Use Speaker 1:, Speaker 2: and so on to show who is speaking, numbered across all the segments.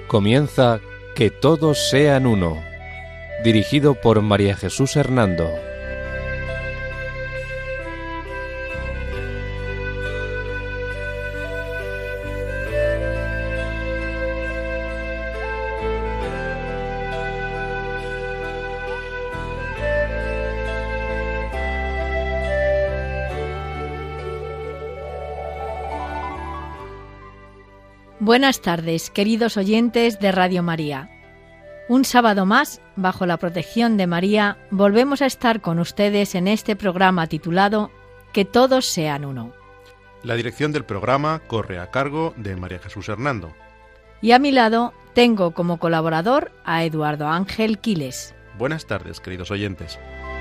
Speaker 1: Comienza Que todos sean uno, dirigido por María Jesús Hernando.
Speaker 2: Buenas tardes, queridos oyentes de Radio María. Un sábado más, bajo la protección de María, volvemos a estar con ustedes en este programa titulado Que todos sean uno.
Speaker 3: La dirección del programa corre a cargo de María Jesús Hernando.
Speaker 2: Y a mi lado tengo como colaborador a Eduardo Ángel Quiles.
Speaker 3: Buenas tardes, queridos oyentes.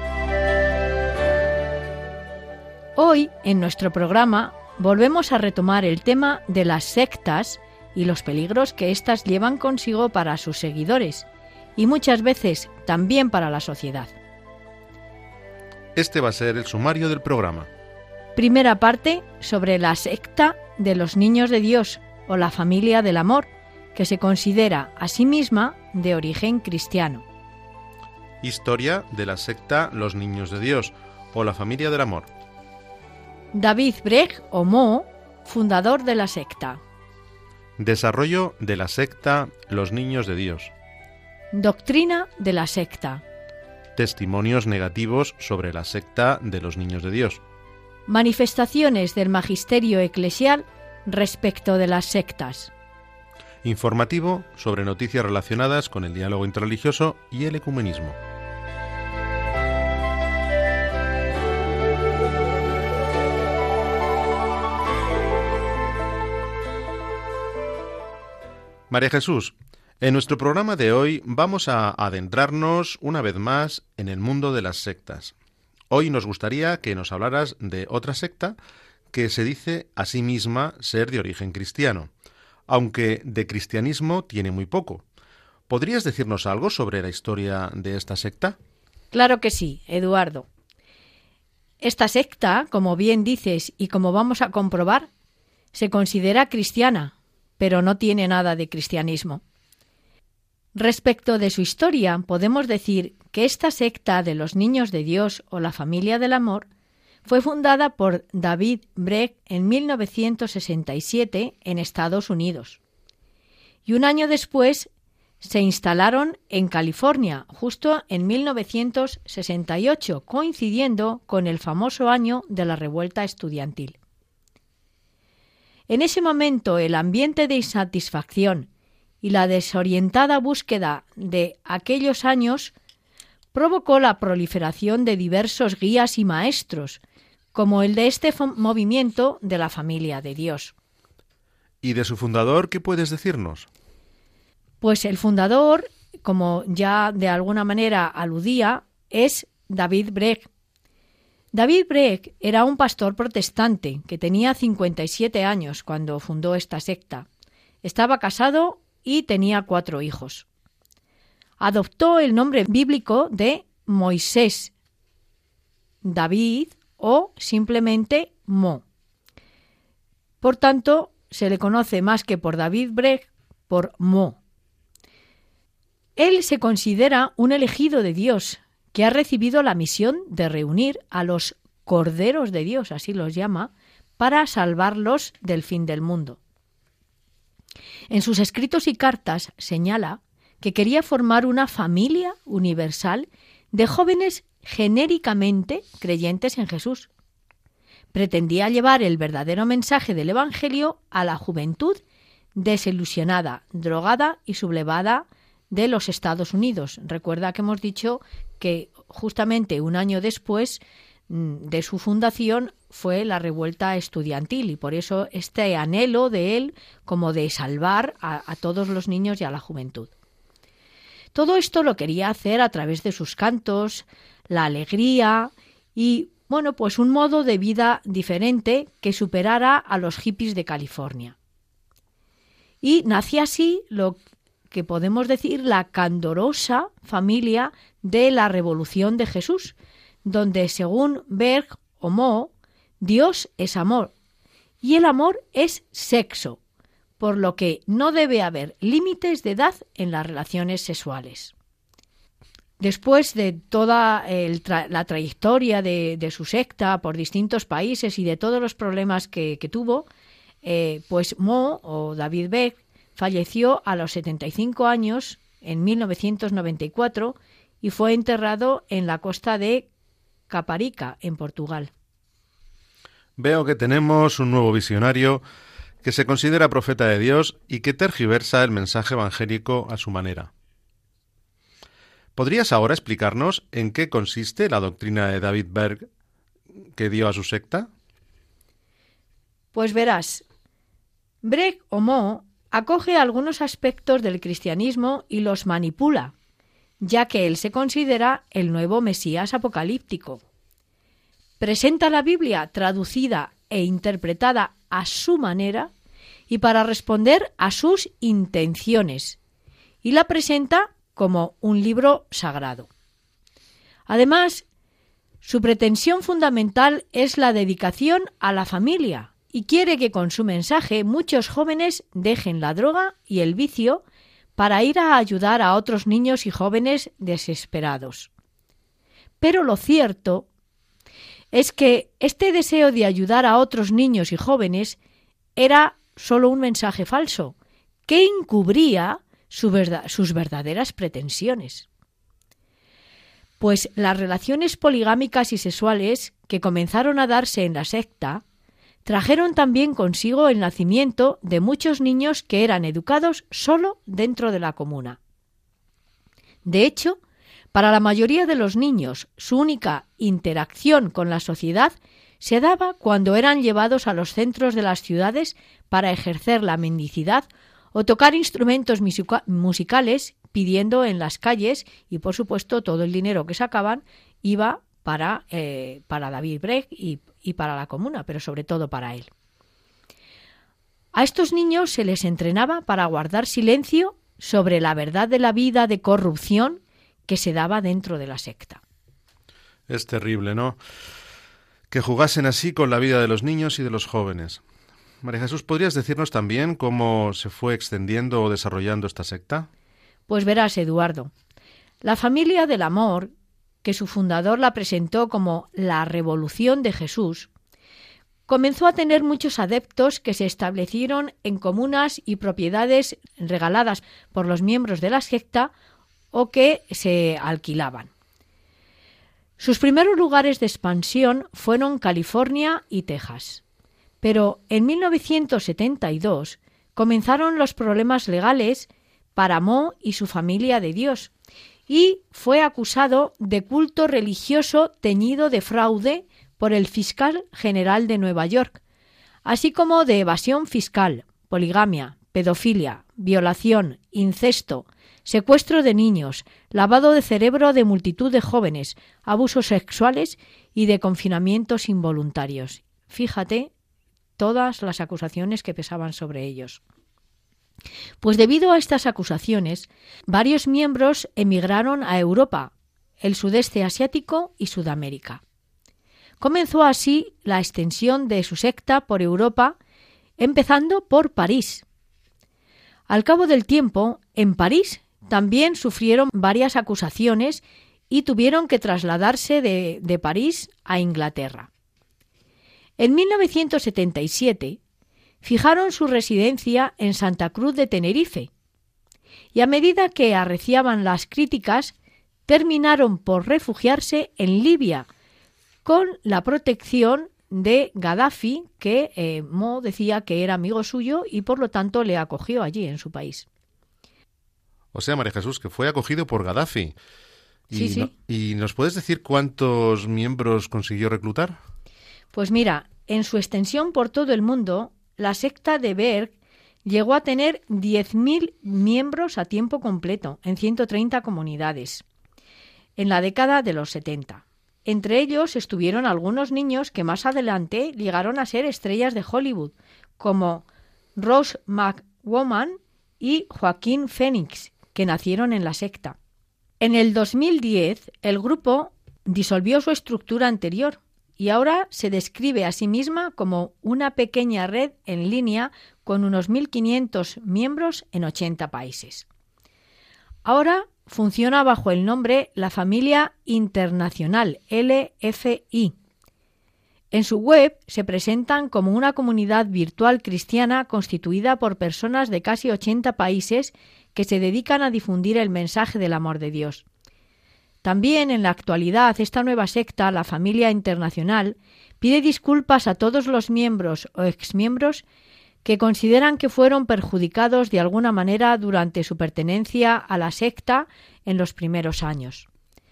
Speaker 2: Hoy, en nuestro programa, volvemos a retomar el tema de las sectas y los peligros que éstas llevan consigo para sus seguidores y muchas veces también para la sociedad.
Speaker 3: Este va a ser el sumario del programa.
Speaker 2: Primera parte sobre la secta de los niños de Dios o la familia del amor, que se considera a sí misma de origen cristiano.
Speaker 3: Historia de la secta Los Niños de Dios o la familia del amor.
Speaker 2: David Brecht o Mo, fundador de la secta.
Speaker 3: Desarrollo de la secta Los Niños de Dios.
Speaker 2: Doctrina de la secta.
Speaker 3: Testimonios negativos sobre la secta de los Niños de Dios.
Speaker 2: Manifestaciones del magisterio eclesial respecto de las sectas.
Speaker 3: Informativo sobre noticias relacionadas con el diálogo interreligioso y el ecumenismo. María Jesús, en nuestro programa de hoy vamos a adentrarnos una vez más en el mundo de las sectas. Hoy nos gustaría que nos hablaras de otra secta que se dice a sí misma ser de origen cristiano, aunque de cristianismo tiene muy poco. ¿Podrías decirnos algo sobre la historia de esta secta?
Speaker 2: Claro que sí, Eduardo. Esta secta, como bien dices y como vamos a comprobar, se considera cristiana, pero no tiene nada de cristianismo. Respecto de su historia, podemos decir que esta secta de los Niños de Dios o la familia del amor fue fundada por David Brecht en 1967 en Estados Unidos. Y un año después se instalaron en California, justo en 1968, coincidiendo con el famoso año de la revuelta estudiantil. En ese momento, el ambiente de insatisfacción y la desorientada búsqueda de aquellos años provocó la proliferación de diversos guías y maestros, como el de este movimiento de la familia de Dios.
Speaker 3: ¿Y de su fundador qué puedes decirnos?
Speaker 2: Pues el fundador, como ya de alguna manera aludía, es David Brecht. David Brecht era un pastor protestante que tenía 57 años cuando fundó esta secta. Estaba casado y tenía 4 hijos. Adoptó el nombre bíblico de Moisés, David o simplemente Mo. Por tanto, se le conoce más que por David Brecht, por Mo. Él se considera un elegido de Dios, que ha recibido la misión de reunir a los corderos de Dios, así los llama, para salvarlos del fin del mundo. En sus escritos y cartas señala que quería formar una familia universal de jóvenes genéricamente creyentes en Jesús. Pretendía llevar el verdadero mensaje del Evangelio a la juventud desilusionada, drogada y sublevada de los Estados Unidos. Recuerda que hemos dicho que justamente un año después de su fundación fue la revuelta estudiantil y por eso este anhelo de él como de salvar a todos los niños y a la juventud. Todo esto lo quería hacer a través de sus cantos, la alegría y, pues un modo de vida diferente que superara a los hippies de California. Y nace así lo que podemos decir la candorosa familia de la Revolución de Jesús, donde según Brecht o Mo, Dios es amor y el amor es sexo, por lo que no debe haber límites de edad en las relaciones sexuales. Después de toda la trayectoria de su secta por distintos países y de todos los problemas que tuvo, pues Mo, o David Brecht, falleció a los 75 años en 1994 y fue enterrado en la costa de Caparica, en Portugal.
Speaker 3: Veo que tenemos un nuevo visionario que se considera profeta de Dios y que tergiversa el mensaje evangélico a su manera. ¿Podrías ahora explicarnos en qué consiste la doctrina de David Brecht que dio a su secta?
Speaker 2: Pues verás, Brecht o Mo acoge algunos aspectos del cristianismo y los manipula, ya que él se considera el nuevo Mesías apocalíptico. Presenta la Biblia traducida e interpretada a su manera y para responder a sus intenciones, y la presenta como un libro sagrado. Además, su pretensión fundamental es la dedicación a la familia y quiere que con su mensaje muchos jóvenes dejen la droga y el vicio para ir a ayudar a otros niños y jóvenes desesperados. Pero lo cierto es que este deseo de ayudar a otros niños y jóvenes era solo un mensaje falso que encubría sus verdaderas pretensiones. Pues las relaciones poligámicas y sexuales que comenzaron a darse en la secta trajeron también consigo el nacimiento de muchos niños que eran educados solo dentro de la comuna. De hecho, para la mayoría de los niños, su única interacción con la sociedad se daba cuando eran llevados a los centros de las ciudades para ejercer la mendicidad o tocar instrumentos musicales pidiendo en las calles, y por supuesto todo el dinero que sacaban iba para David Brecht y para la comuna, pero sobre todo para él. A estos niños se les entrenaba para guardar silencio sobre la verdad de la vida de corrupción que se daba dentro de la secta.
Speaker 3: Es terrible, ¿no? Que jugasen así con la vida de los niños y de los jóvenes. María Jesús, ¿podrías decirnos también cómo se fue extendiendo o desarrollando esta secta?
Speaker 2: Pues verás, Eduardo, la familia del amor, que su fundador la presentó como la Revolución de Jesús, comenzó a tener muchos adeptos que se establecieron en comunas y propiedades regaladas por los miembros de la secta o que se alquilaban. Sus primeros lugares de expansión fueron California y Texas, pero en 1972 comenzaron los problemas legales para Mo y su familia de Dios, y fue acusado de culto religioso teñido de fraude por el fiscal general de Nueva York, así como de evasión fiscal, poligamia, pedofilia, violación, incesto, secuestro de niños, lavado de cerebro de multitud de jóvenes, abusos sexuales y de confinamientos involuntarios. Fíjate todas las acusaciones que pesaban sobre ellos. Pues debido a estas acusaciones, varios miembros emigraron a Europa, el sudeste asiático y Sudamérica. Comenzó así la extensión de su secta por Europa, empezando por París. Al cabo del tiempo, en París también sufrieron varias acusaciones y tuvieron que trasladarse de París a Inglaterra. En 1977 fijaron su residencia en Santa Cruz de Tenerife y a medida que arreciaban las críticas, terminaron por refugiarse en Libia con la protección de Gaddafi, que Mo decía que era amigo suyo y por lo tanto le acogió allí en su país.
Speaker 3: O sea, María Jesús, que fue acogido por Gaddafi.
Speaker 2: Sí.
Speaker 3: ¿Y nos puedes decir cuántos miembros consiguió reclutar?
Speaker 2: Pues mira, en su extensión por todo el mundo, la secta de Brecht llegó a tener 10.000 miembros a tiempo completo en 130 comunidades en la década de los 70. Entre ellos estuvieron algunos niños que más adelante llegaron a ser estrellas de Hollywood, como Rose McGowan y Joaquín Phoenix, que nacieron en la secta. En el 2010, el grupo disolvió su estructura anterior y ahora se describe a sí misma como una pequeña red en línea con unos 1.500 miembros en 80 países. Ahora funciona bajo el nombre La Familia Internacional, LFI. En su web se presentan como una comunidad virtual cristiana constituida por personas de casi 80 países que se dedican a difundir el mensaje del amor de Dios. También en la actualidad esta nueva secta, la Familia Internacional, pide disculpas a todos los miembros o exmiembros que consideran que fueron perjudicados de alguna manera durante su pertenencia a la secta en los primeros años.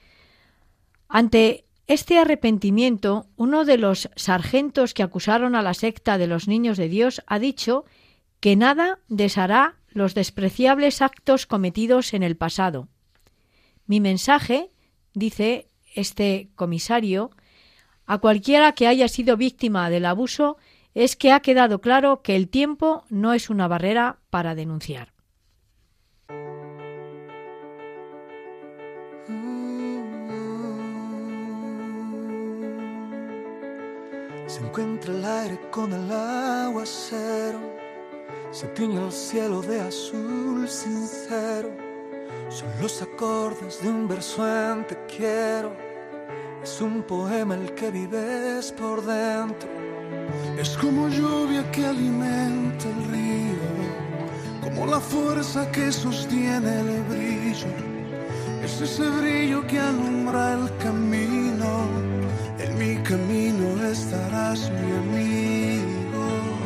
Speaker 2: Ante este arrepentimiento, uno de los sargentos que acusaron a la secta de los Niños de Dios ha dicho que nada deshará los despreciables actos cometidos en el pasado. Mi mensaje, dice este comisario, a cualquiera que haya sido víctima del abuso es que ha quedado claro que el tiempo no es una barrera para denunciar.
Speaker 4: Se encuentra el aire con el aguacero, se tiñe el cielo de azul sincero, son los acordes de un verso en te quiero, es un poema el que vives por dentro, es como lluvia que alimenta el río, como la fuerza que sostiene el brillo, es ese brillo que alumbra el camino, en mi camino estarás mi amigo.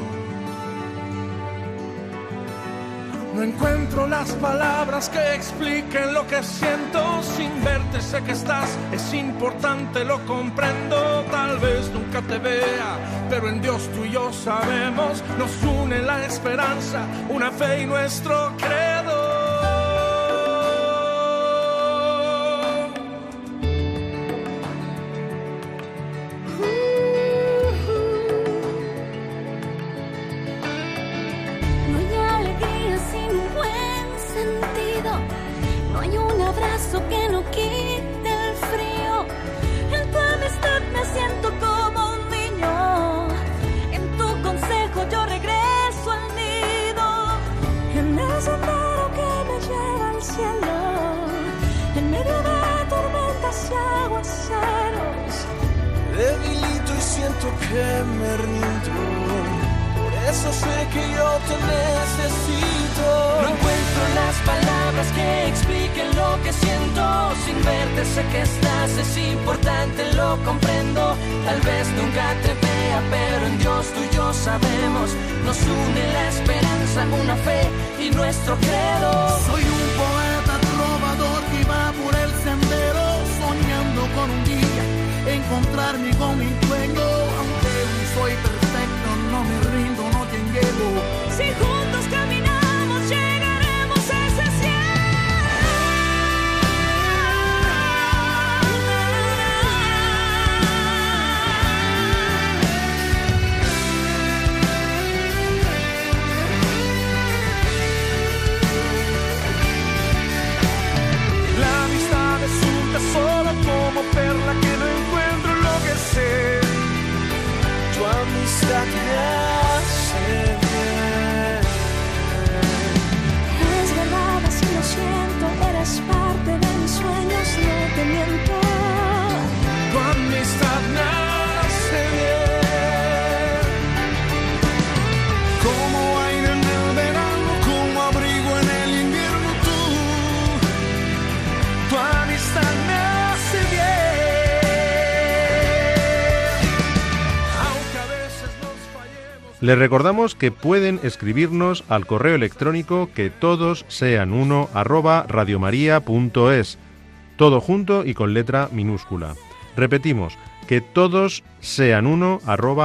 Speaker 4: No encuentro las palabras que expliquen lo que siento, sin verte sé que estás, es importante, lo comprendo, tal vez nunca te vea, pero en Dios tú y yo sabemos, nos une la esperanza, una fe y nuestro credo.
Speaker 5: Que no quite el frío, en tu amistad me siento como un niño, en tu consejo yo regreso al nido, en el sendero que me lleva al cielo, en medio de tormentas y aguaceros,
Speaker 4: debilito y siento que me rindo, por eso sé que yo te necesito.
Speaker 5: No encuentro las palabras que expliquen lo que siento, sin verte sé que estás, es importante, lo comprendo, tal vez nunca te vea, pero en Dios tú y yo sabemos, nos une la esperanza, una fe y nuestro credo.
Speaker 4: Soy un poeta trovador que va por el sendero, soñando con un día encontrarme con mi dueño, aunque no soy perfecto, no me rindo, no te llevo.
Speaker 5: Si juntos caminamos llegaremos a ese cielo.
Speaker 4: La amistad es un tesoro como perla que no encuentro lo que sé. Tu amistad me hace bien.
Speaker 5: Es verdad, así lo siento, eres parte de mis sueños, no te miento.
Speaker 4: Tu amistad me hace bien. Como aire en el verano, como abrigo en el invierno, tu amistad me hace bien. Aunque a veces nos fallemos.
Speaker 3: Les recordamos que pueden escribirnos al correo electrónico que todos sean uno @radiomaria.es, todo junto y con letra minúscula. Repetimos, que todos sean uno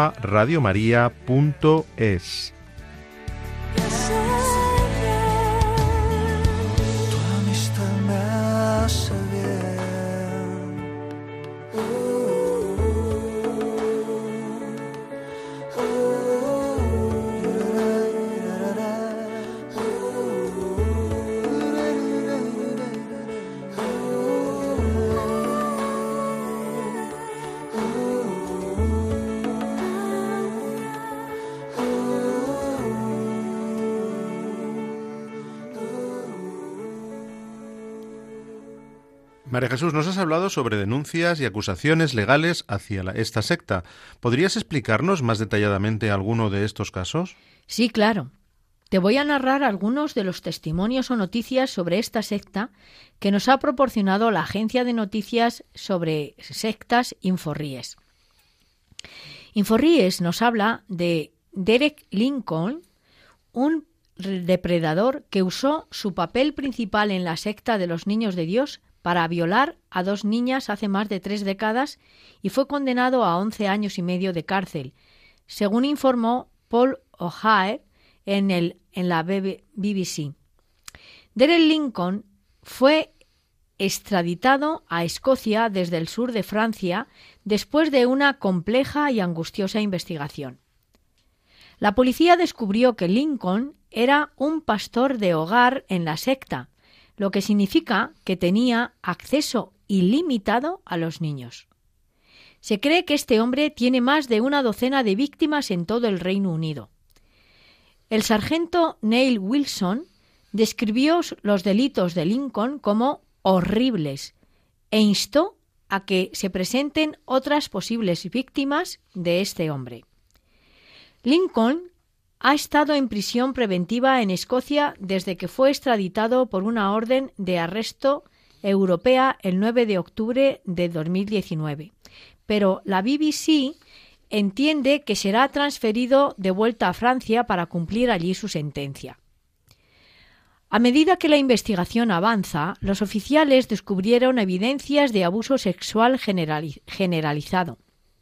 Speaker 3: @radiomaria.es.
Speaker 4: Tu amistad me hace bien.
Speaker 3: María Jesús, nos has hablado sobre denuncias y acusaciones legales hacia esta secta. ¿Podrías explicarnos más detalladamente alguno de estos casos?
Speaker 2: Sí, claro. Te voy a narrar algunos de los testimonios o noticias sobre esta secta que nos ha proporcionado la agencia de noticias sobre sectas Inforríes. Inforríes nos habla de Derek Lincoln, un depredador que usó su papel principal en la secta de los Niños de Dios para violar a 2 niñas hace más de 3 décadas y fue condenado a 11 años y medio de cárcel, según informó Paul O'Hare en la BBC. Derek Lincoln fue extraditado a Escocia desde el sur de Francia después de una compleja y angustiosa investigación. La policía descubrió que Lincoln era un pastor de hogar en la secta, lo que significa que tenía acceso ilimitado a los niños. Se cree que este hombre tiene más de una docena de víctimas en todo el Reino Unido. El sargento Neil Wilson describió los delitos de Lincoln como horribles e instó a que se presenten otras posibles víctimas de este hombre. Lincoln ha estado en prisión preventiva en Escocia desde que fue extraditado por una orden de arresto europea el 9 de octubre de 2019, pero la BBC entiende que será transferido de vuelta a Francia para cumplir allí su sentencia. A medida que la investigación avanza, los oficiales descubrieron evidencias de abuso sexual generalizado.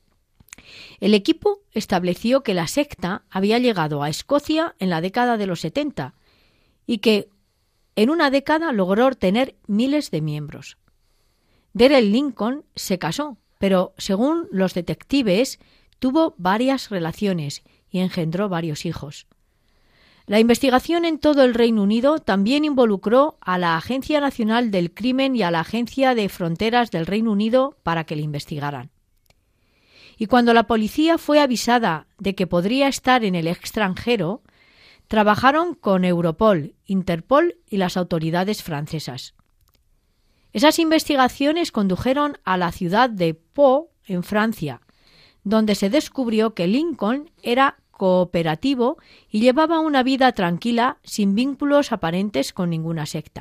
Speaker 2: El equipo estableció que la secta había llegado a Escocia en la década de los 70 y que en una década logró tener miles de miembros. Derek Lincoln se casó, pero según los detectives tuvo varias relaciones y engendró varios hijos. La investigación en todo el Reino Unido también involucró a la Agencia Nacional del Crimen y a la Agencia de Fronteras del Reino Unido para que le investigaran. Y cuando la policía fue avisada de que podría estar en el extranjero, trabajaron con Europol, Interpol y las autoridades francesas. Esas investigaciones condujeron a la ciudad de Pau, en Francia, donde se descubrió que Lincoln era cooperativo y llevaba una vida tranquila sin vínculos aparentes con ninguna secta.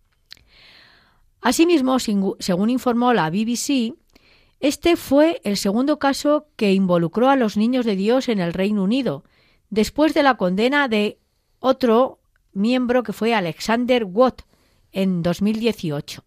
Speaker 2: Asimismo, según informó la BBC, este fue el segundo caso que involucró a los Niños de Dios en el Reino Unido, después de la condena de otro miembro que fue Alexander Watt en 2018.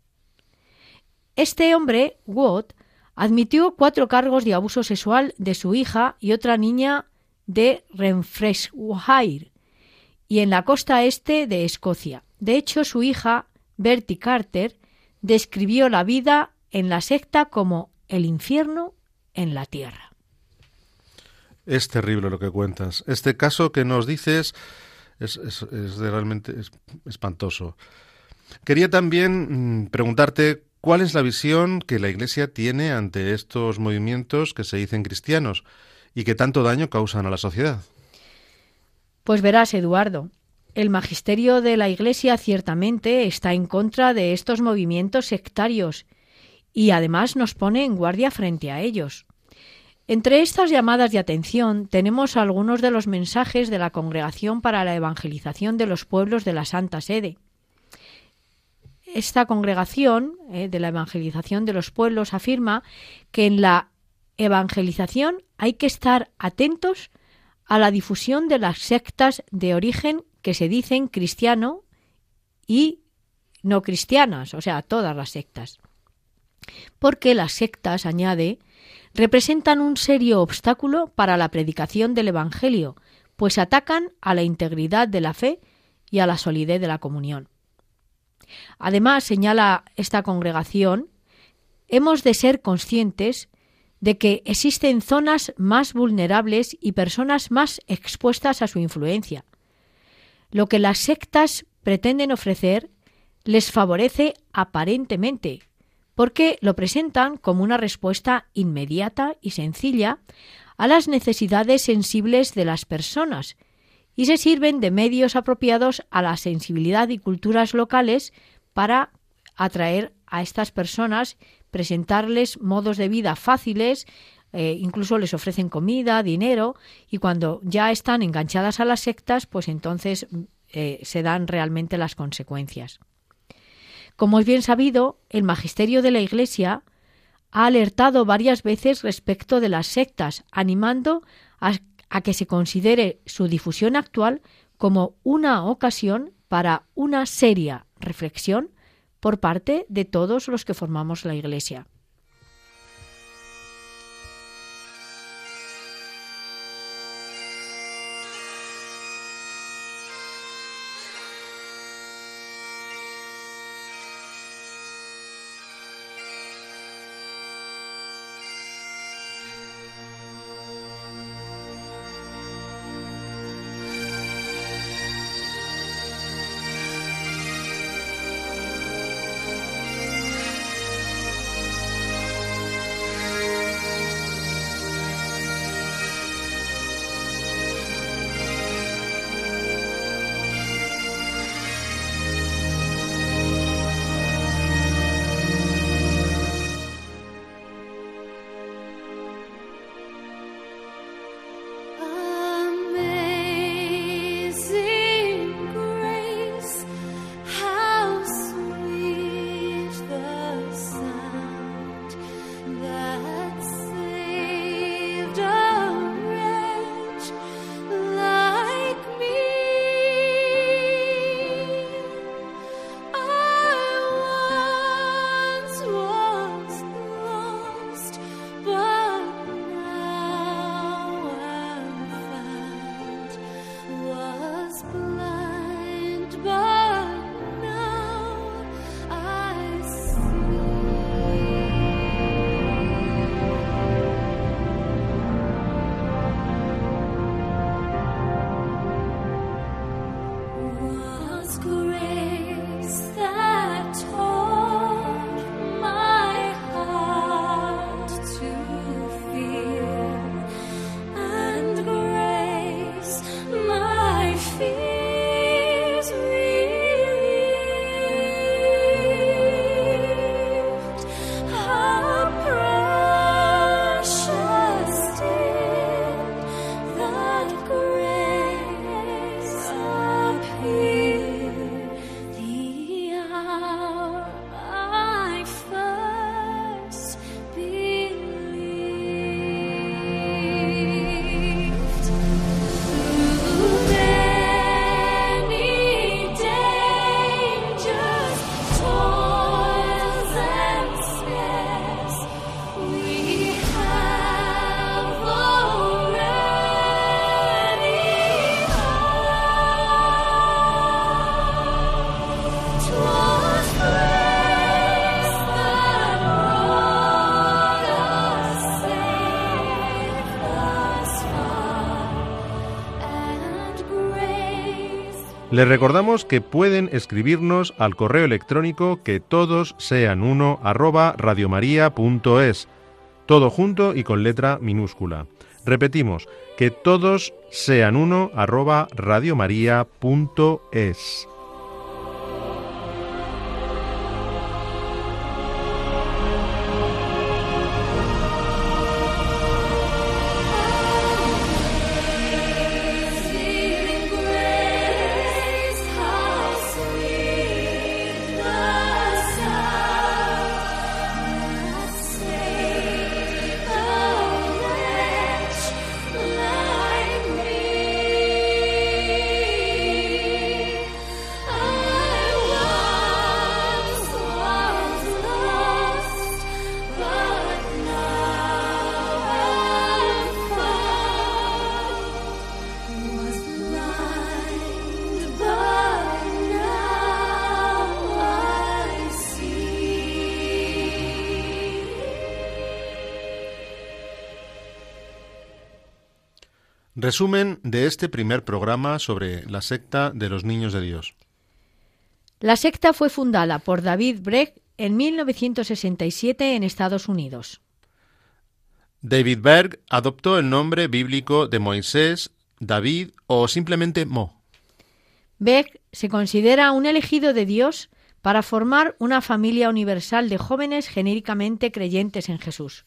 Speaker 2: Este hombre, Watt, admitió 4 cargos de abuso sexual de su hija y otra niña de Renfrewshire y en la costa este de Escocia. De hecho, su hija, Bertie Carter, describió la vida en la secta como el infierno en la tierra.
Speaker 3: Es terrible lo que cuentas. Este caso que nos dices es realmente espantoso. Quería también preguntarte cuál es la visión que la Iglesia tiene ante estos movimientos que se dicen cristianos y que tanto daño causan a la sociedad.
Speaker 2: Pues verás, Eduardo, el magisterio de la Iglesia ciertamente está en contra de estos movimientos sectarios y además nos pone en guardia frente a ellos. Entre estas llamadas de atención tenemos algunos de los mensajes de la Congregación para la Evangelización de los Pueblos de la Santa Sede. Esta congregación de la Evangelización de los Pueblos afirma que en la evangelización hay que estar atentos a la difusión de las sectas de origen que se dicen cristiano y no cristianas, o sea, todas las sectas. Porque las sectas, añade, representan un serio obstáculo para la predicación del Evangelio, pues atacan a la integridad de la fe y a la solidez de la comunión. Además, señala esta congregación, hemos de ser conscientes de que existen zonas más vulnerables y personas más expuestas a su influencia. Lo que las sectas pretenden ofrecer les favorece aparentemente, porque lo presentan como una respuesta inmediata y sencilla a las necesidades sensibles de las personas y se sirven de medios apropiados a la sensibilidad y culturas locales para atraer a estas personas, presentarles modos de vida fáciles, incluso les ofrecen comida, dinero, y cuando ya están enganchadas a las sectas, pues entonces se dan realmente las consecuencias. Como es bien sabido, el magisterio de la Iglesia ha alertado varias veces respecto de las sectas, animando a que se considere su difusión actual como una ocasión para una seria reflexión por parte de todos los que formamos la Iglesia.
Speaker 3: Les recordamos que pueden escribirnos al correo electrónico quetodoseanuno @radiomaria.es, todo junto y con letra minúscula. Repetimos, quetodoseanuno @radiomaria.es. Resumen de este primer programa sobre la secta de los Niños de Dios.
Speaker 2: La secta fue fundada por David Brecht en 1967 en Estados Unidos.
Speaker 3: David Berg adoptó el nombre bíblico de Moisés, David o simplemente Mo.
Speaker 2: Brecht se considera un elegido de Dios para formar una familia universal de jóvenes genéricamente creyentes en Jesús.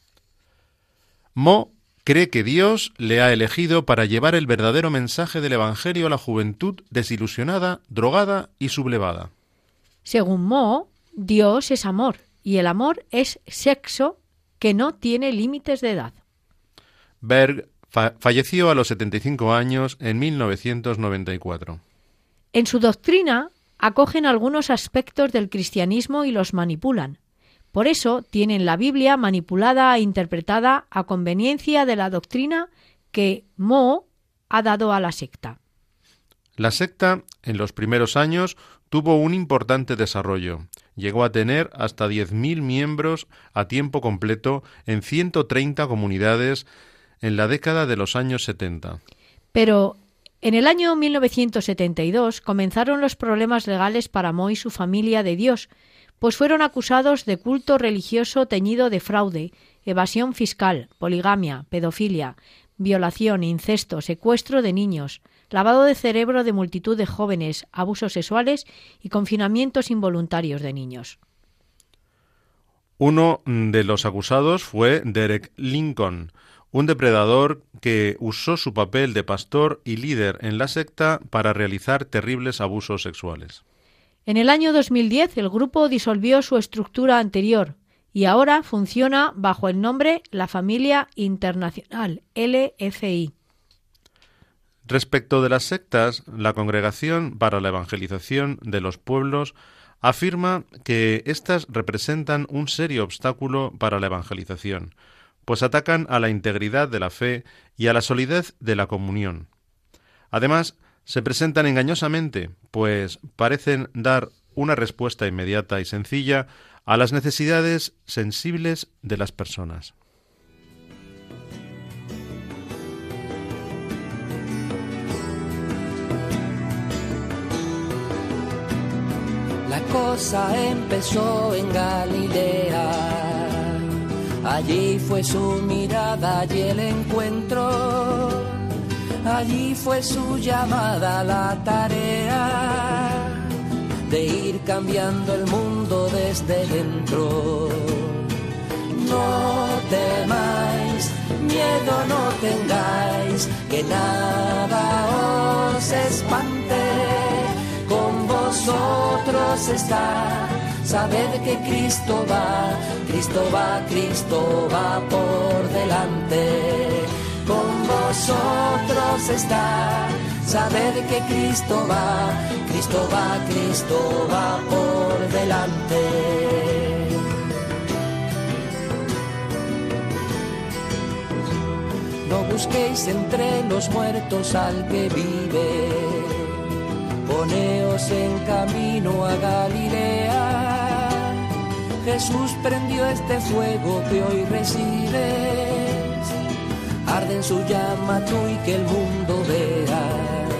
Speaker 3: Mo cree que Dios le ha elegido para llevar el verdadero mensaje del Evangelio a la juventud desilusionada, drogada y sublevada.
Speaker 2: Según Mo, Dios es amor y el amor es sexo que no tiene límites de edad.
Speaker 3: Berg falleció a los 75 años en 1994.
Speaker 2: En su doctrina acogen algunos aspectos del cristianismo y los manipulan. Por eso tienen la Biblia manipulada e interpretada a conveniencia de la doctrina que Mo ha dado a la secta.
Speaker 3: La secta, en los primeros años, tuvo un importante desarrollo. Llegó a tener hasta 10.000 miembros a tiempo completo en 130 comunidades en la década de los años 70.
Speaker 2: Pero en el año 1972 comenzaron los problemas legales para Mo y su familia de Dios, pues fueron acusados de culto religioso teñido de fraude, evasión fiscal, poligamia, pedofilia, violación, incesto, secuestro de niños, lavado de cerebro de multitud de jóvenes, abusos sexuales y confinamientos involuntarios de niños.
Speaker 3: Uno de los acusados fue Derek Lincoln, un depredador que usó su papel de pastor y líder en la secta para realizar terribles abusos sexuales.
Speaker 2: En el año 2010 el grupo disolvió su estructura anterior y ahora funciona bajo el nombre La Familia Internacional, LFI.
Speaker 3: Respecto de las sectas, la Congregación para la Evangelización de los Pueblos afirma que éstas representan un serio obstáculo para la evangelización, pues atacan a la integridad de la fe y a la solidez de la comunión. Además, se presentan engañosamente, pues parecen dar una respuesta inmediata y sencilla a las necesidades sensibles de las personas.
Speaker 6: La cosa empezó en Galilea, allí fue su mirada y el encuentro. Allí fue su llamada, la tarea de ir cambiando el mundo desde dentro. No temáis, miedo no tengáis, que nada os espante. Con vosotros está, sabed que Cristo va, Cristo va, Cristo va por delante. Con vosotros está, sabed que Cristo va, Cristo va, Cristo va por delante. No busquéis entre los muertos al que vive, poneos en camino a Galilea. Jesús prendió este fuego que hoy recibes. Arde en su llama tú y que el mundo vea.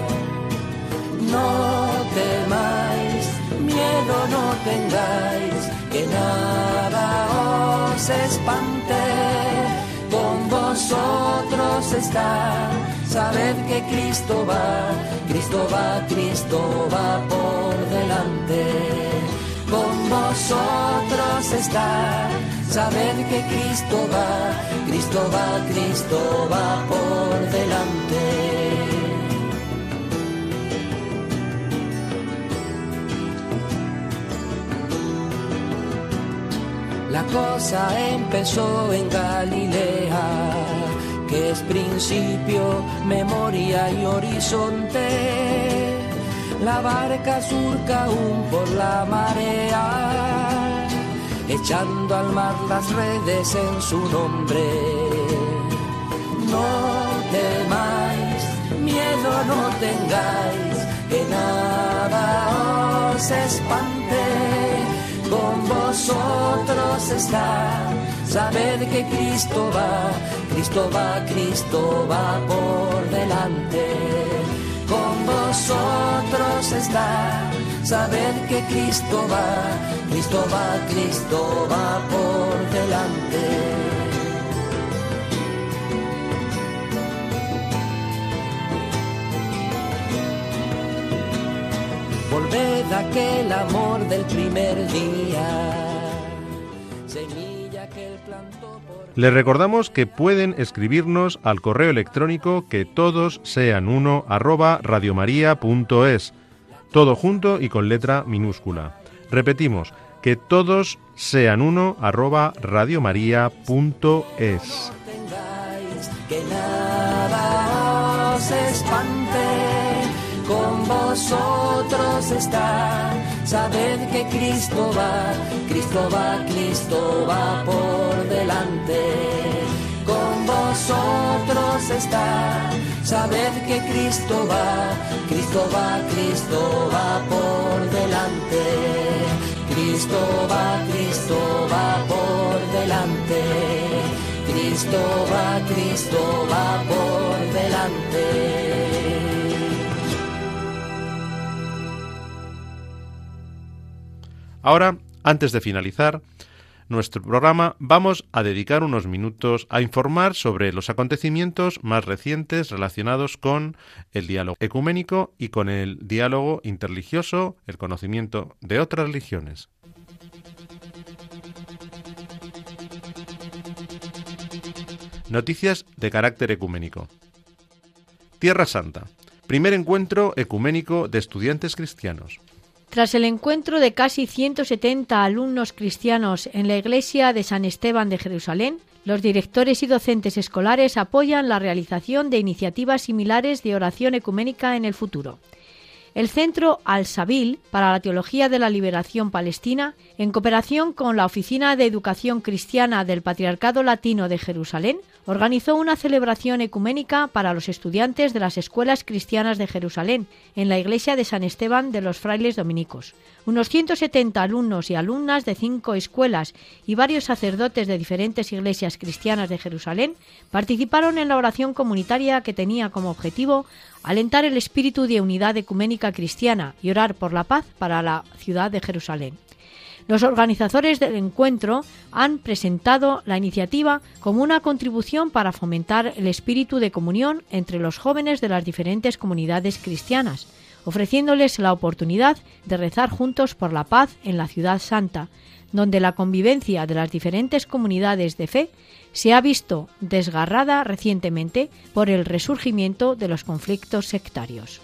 Speaker 6: No temáis, miedo no tengáis, que nada os espante. Con vosotros está, sabed que Cristo va, Cristo va, Cristo va por delante. Con vosotros está, sabed que Cristo va, Cristo va, Cristo va por delante. La cosa empezó en Galilea, que es principio, memoria y horizonte. La barca surca aún por la marea, echando al mar las redes en su nombre. No temáis, miedo no tengáis, que nada os espante. Con vosotros está, sabed que Cristo va, Cristo va, Cristo va por delante. Con vosotros está, sabed que Cristo va, Cristo va, Cristo va por delante. de aquel amor del primer día. Semilla que él plantó por...
Speaker 3: Les recordamos que pueden escribirnos al correo electrónico que todos sean uno @radiomaria.es, todo junto y con letra minúscula. Repetimos, que todos sean uno @radiomaria.es.
Speaker 6: Que nada os espante, con vosotros está. Sabed que Cristo va, Cristo va, Cristo va por delante. Con vosotros está. Sabed que Cristo va, Cristo va, Cristo va por delante. Cristo va por delante. Cristo va por delante.
Speaker 3: Ahora, antes de finalizar nuestro programa, vamos a dedicar unos minutos a informar sobre los acontecimientos más recientes relacionados con el diálogo ecuménico y con el diálogo interreligioso, el conocimiento de otras religiones. Noticias de carácter ecuménico. Tierra Santa. Primer encuentro ecuménico de estudiantes cristianos.
Speaker 2: Tras el encuentro de casi 170 alumnos cristianos en la iglesia de San Esteban de Jerusalén, los directores y docentes escolares apoyan la realización de iniciativas similares de oración ecuménica en el futuro. El Centro Al-Sabil para la Teología de la Liberación Palestina, en cooperación con la Oficina de Educación Cristiana del Patriarcado Latino de Jerusalén, organizó una celebración ecuménica para los estudiantes de las escuelas cristianas de Jerusalén, en la iglesia de San Esteban de los Frailes Dominicos. Unos 170 alumnos y alumnas de 5 escuelas y varios sacerdotes de diferentes iglesias cristianas de Jerusalén participaron en la oración comunitaria que tenía como objetivo alentar el espíritu de unidad ecuménica cristiana y orar por la paz para la ciudad de Jerusalén. Los organizadores del encuentro han presentado la iniciativa como una contribución para fomentar el espíritu de comunión entre los jóvenes de las diferentes comunidades cristianas, ofreciéndoles la oportunidad de rezar juntos por la paz en la Ciudad Santa, donde la convivencia de las diferentes comunidades de fe se ha visto desgarrada recientemente por el resurgimiento de los conflictos sectarios.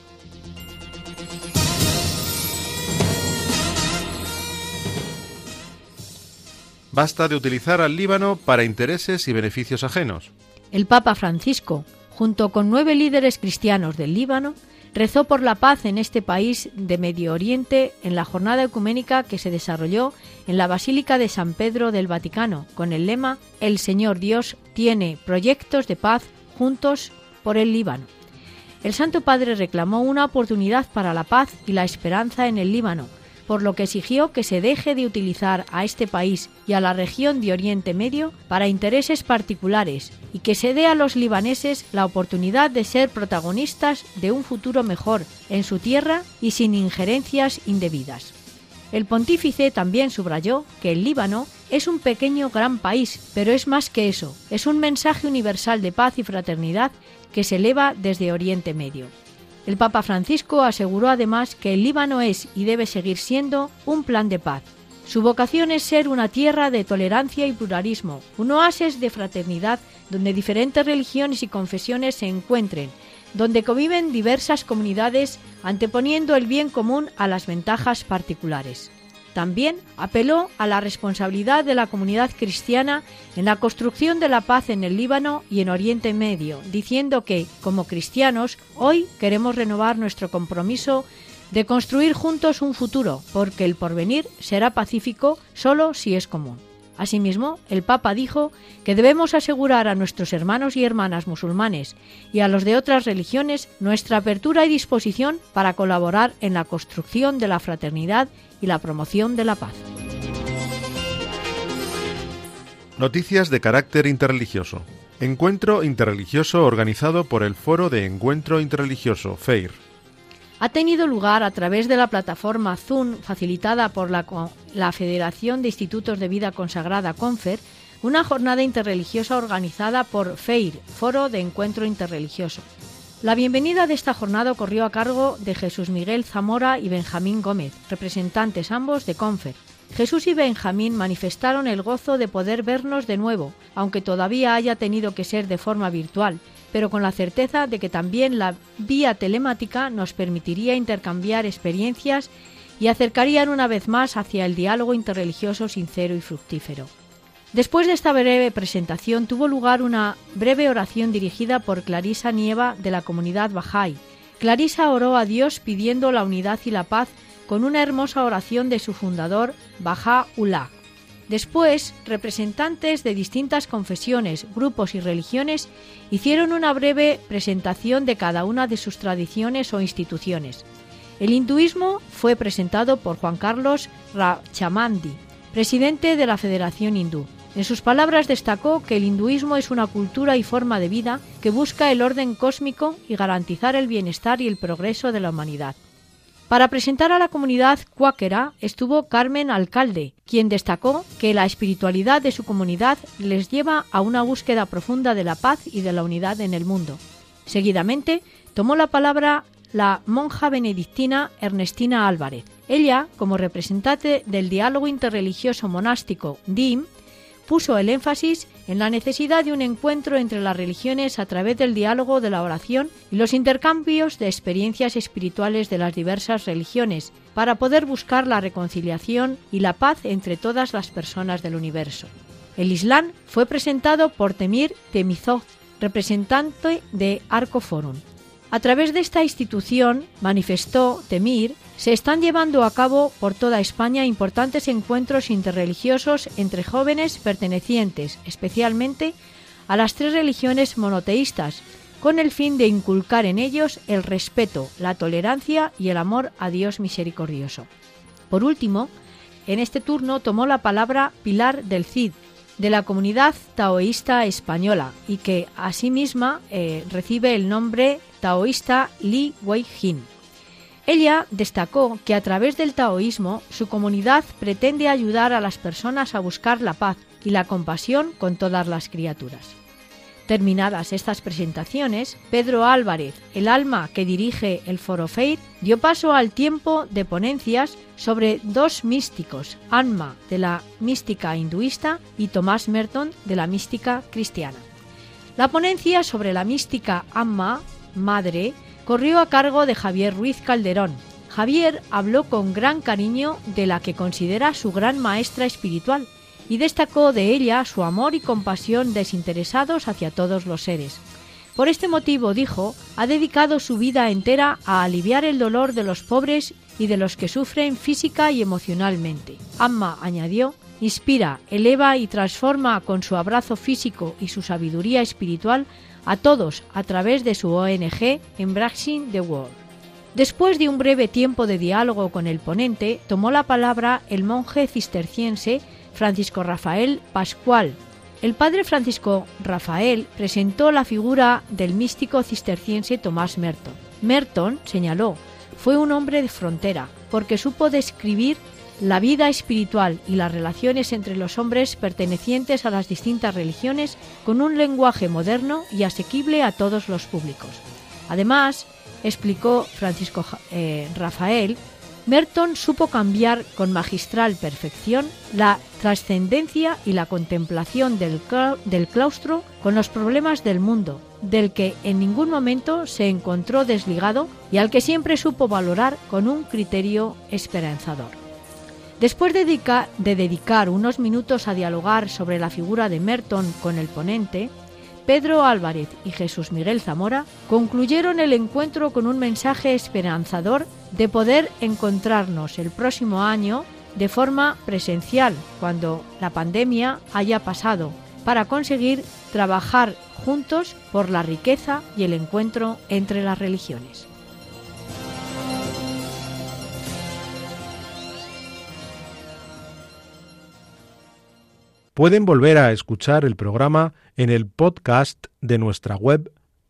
Speaker 3: Basta de utilizar al Líbano para intereses y beneficios ajenos.
Speaker 2: El Papa Francisco, junto con 9 líderes cristianos del Líbano, rezó por la paz en este país de Medio Oriente en la jornada ecuménica que se desarrolló en la Basílica de San Pedro del Vaticano, con el lema «El Señor Dios tiene proyectos de paz juntos por el Líbano». El Santo Padre reclamó una oportunidad para la paz y la esperanza en el Líbano, por lo que exigió que se deje de utilizar a este país y a la región de Oriente Medio para intereses particulares y que se dé a los libaneses la oportunidad de ser protagonistas de un futuro mejor en su tierra y sin injerencias indebidas. El pontífice también subrayó que el Líbano es un pequeño gran país, pero es más que eso, es un mensaje universal de paz y fraternidad que se eleva desde Oriente Medio. El Papa Francisco aseguró además que el Líbano es y debe seguir siendo un plan de paz. Su vocación es ser una tierra de tolerancia y pluralismo, un oasis de fraternidad donde diferentes religiones y confesiones se encuentren, donde conviven diversas comunidades anteponiendo el bien común a las ventajas particulares. También apeló a la responsabilidad de la comunidad cristiana en la construcción de la paz en el Líbano y en Oriente Medio, diciendo que, como cristianos, hoy queremos renovar nuestro compromiso de construir juntos un futuro, porque el porvenir será pacífico solo si es común. Asimismo, el Papa dijo que debemos asegurar a nuestros hermanos y hermanas musulmanes y a los de otras religiones nuestra apertura y disposición para colaborar en la construcción de la fraternidad y la promoción de la paz.
Speaker 3: Noticias de carácter interreligioso. Encuentro interreligioso organizado por el Foro de Encuentro Interreligioso, FEIR.
Speaker 2: Ha tenido lugar a través de la plataforma Zoom facilitada por la Federación de Institutos de Vida Consagrada, CONFER, una jornada interreligiosa organizada por FEIR, Foro de Encuentro Interreligioso. La bienvenida de esta jornada corrió a cargo de Jesús Miguel Zamora y Benjamín Gómez, representantes ambos de Confer. Jesús y Benjamín manifestaron el gozo de poder vernos de nuevo, aunque todavía haya tenido que ser de forma virtual, pero con la certeza de que también la vía telemática nos permitiría intercambiar experiencias y acercarían una vez más hacia el diálogo interreligioso sincero y fructífero. Después de esta breve presentación tuvo lugar una breve oración dirigida por Clarisa Nieva de la comunidad Bahá'í. Clarisa oró a Dios pidiendo la unidad y la paz con una hermosa oración de su fundador, Baha'u'lláh. Después, representantes de distintas confesiones, grupos y religiones hicieron una breve presentación de cada una de sus tradiciones o instituciones. El hinduismo fue presentado por Juan Carlos Rachamandi, presidente de la Federación Hindú. En sus palabras destacó que el hinduismo es una cultura y forma de vida que busca el orden cósmico y garantizar el bienestar y el progreso de la humanidad. Para presentar a la comunidad cuáquera estuvo Carmen Alcalde, quien destacó que la espiritualidad de su comunidad les lleva a una búsqueda profunda de la paz y de la unidad en el mundo. Seguidamente tomó la palabra la monja benedictina Ernestina Álvarez. Ella, como representante del diálogo interreligioso monástico DIM, puso el énfasis en la necesidad de un encuentro entre las religiones a través del diálogo de la oración y los intercambios de experiencias espirituales de las diversas religiones para poder buscar la reconciliación y la paz entre todas las personas del universo. El Islam fue presentado por Temir Temizov, representante de Arco Forum. A través de esta institución, manifestó Temir, se están llevando a cabo por toda España importantes encuentros interreligiosos entre jóvenes pertenecientes, especialmente a las 3 religiones monoteístas, con el fin de inculcar en ellos el respeto, la tolerancia y el amor a Dios misericordioso. Por último, en este turno tomó la palabra Pilar del Cid, de la comunidad taoísta española, y que asimismo recibe el nombre taoísta Li Wei-jin. Ella destacó que a través del taoísmo su comunidad pretende ayudar a las personas a buscar la paz y la compasión con todas las criaturas. Terminadas estas presentaciones, Pedro Álvarez, el alma que dirige el Foro Fair, dio paso al tiempo de ponencias sobre 2 místicos, Anma de la mística hinduista y Tomás Merton de la mística cristiana. La ponencia sobre la mística Anma, madre, corrió a cargo de Javier Ruiz Calderón. Javier habló con gran cariño de la que considera su gran maestra espiritual y destacó de ella su amor y compasión desinteresados hacia todos los seres. Por este motivo, dijo, ha dedicado su vida entera a aliviar el dolor de los pobres y de los que sufren física y emocionalmente. Amma, añadió, inspira, eleva y transforma con su abrazo físico y su sabiduría espiritual a todos a través de su ONG Embracing the World. Después de un breve tiempo de diálogo con el ponente, tomó la palabra el monje cisterciense Francisco Rafael Pascual. El padre Francisco Rafael presentó la figura del místico cisterciense Tomás Merton. Merton, señaló, fue un hombre de frontera, porque supo describir la vida espiritual y las relaciones entre los hombres pertenecientes a las distintas religiones con un lenguaje moderno y asequible a todos los públicos. Además, explicó Francisco Rafael, Merton supo cambiar con magistral perfección la trascendencia y la contemplación del claustro con los problemas del mundo, del que en ningún momento se encontró desligado y al que siempre supo valorar con un criterio esperanzador. Después de dedicar unos minutos a dialogar sobre la figura de Merton con el ponente, Pedro Álvarez y Jesús Miguel Zamora concluyeron el encuentro con un mensaje esperanzador de poder encontrarnos el próximo año de forma presencial, cuando la pandemia haya pasado, para conseguir trabajar juntos por la riqueza y el encuentro entre las religiones.
Speaker 7: Pueden volver a escuchar el programa en el podcast de nuestra web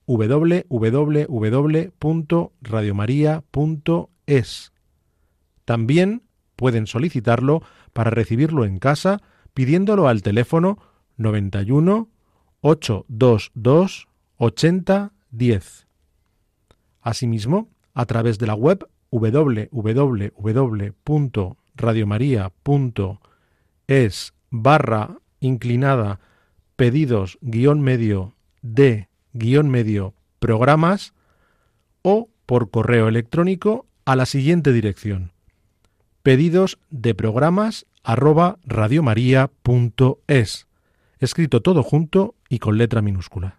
Speaker 7: www.radiomaria.es. También pueden solicitarlo para recibirlo en casa pidiéndolo al teléfono 91 822 80 10. Asimismo, a través de la web www.radiomaria.es/pedidos-medio-de-medio-programas o por correo electrónico a la siguiente dirección: pedidosdeprogramas@radiomaria.es, escrito todo junto y con letra minúscula.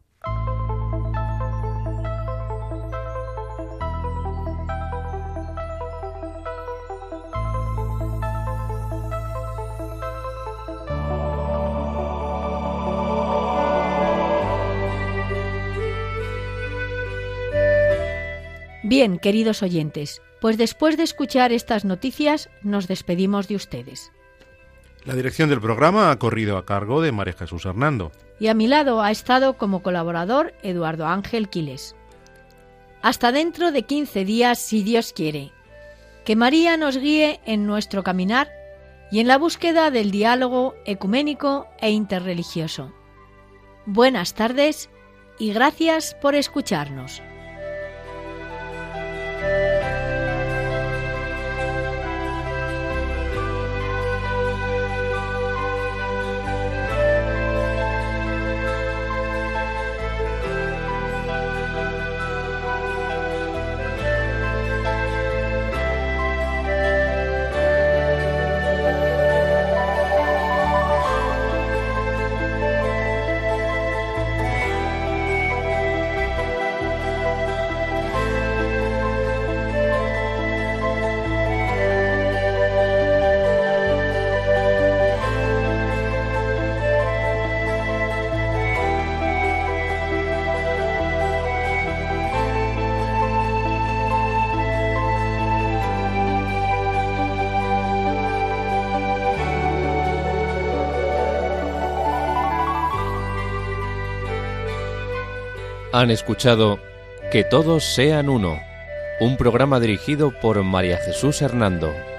Speaker 2: Bien, queridos oyentes, pues después de escuchar estas noticias nos despedimos de ustedes.
Speaker 3: La dirección del programa ha corrido a cargo de María Jesús Hernando.
Speaker 2: Y a mi lado ha estado como colaborador Eduardo Ángel Quiles. Hasta dentro de 15 días, si Dios quiere. Que María nos guíe en nuestro caminar y en la búsqueda del diálogo ecuménico e interreligioso. Buenas tardes y gracias por escucharnos.
Speaker 1: Han escuchado Que todos sean uno, un programa dirigido por María Jesús Hernando.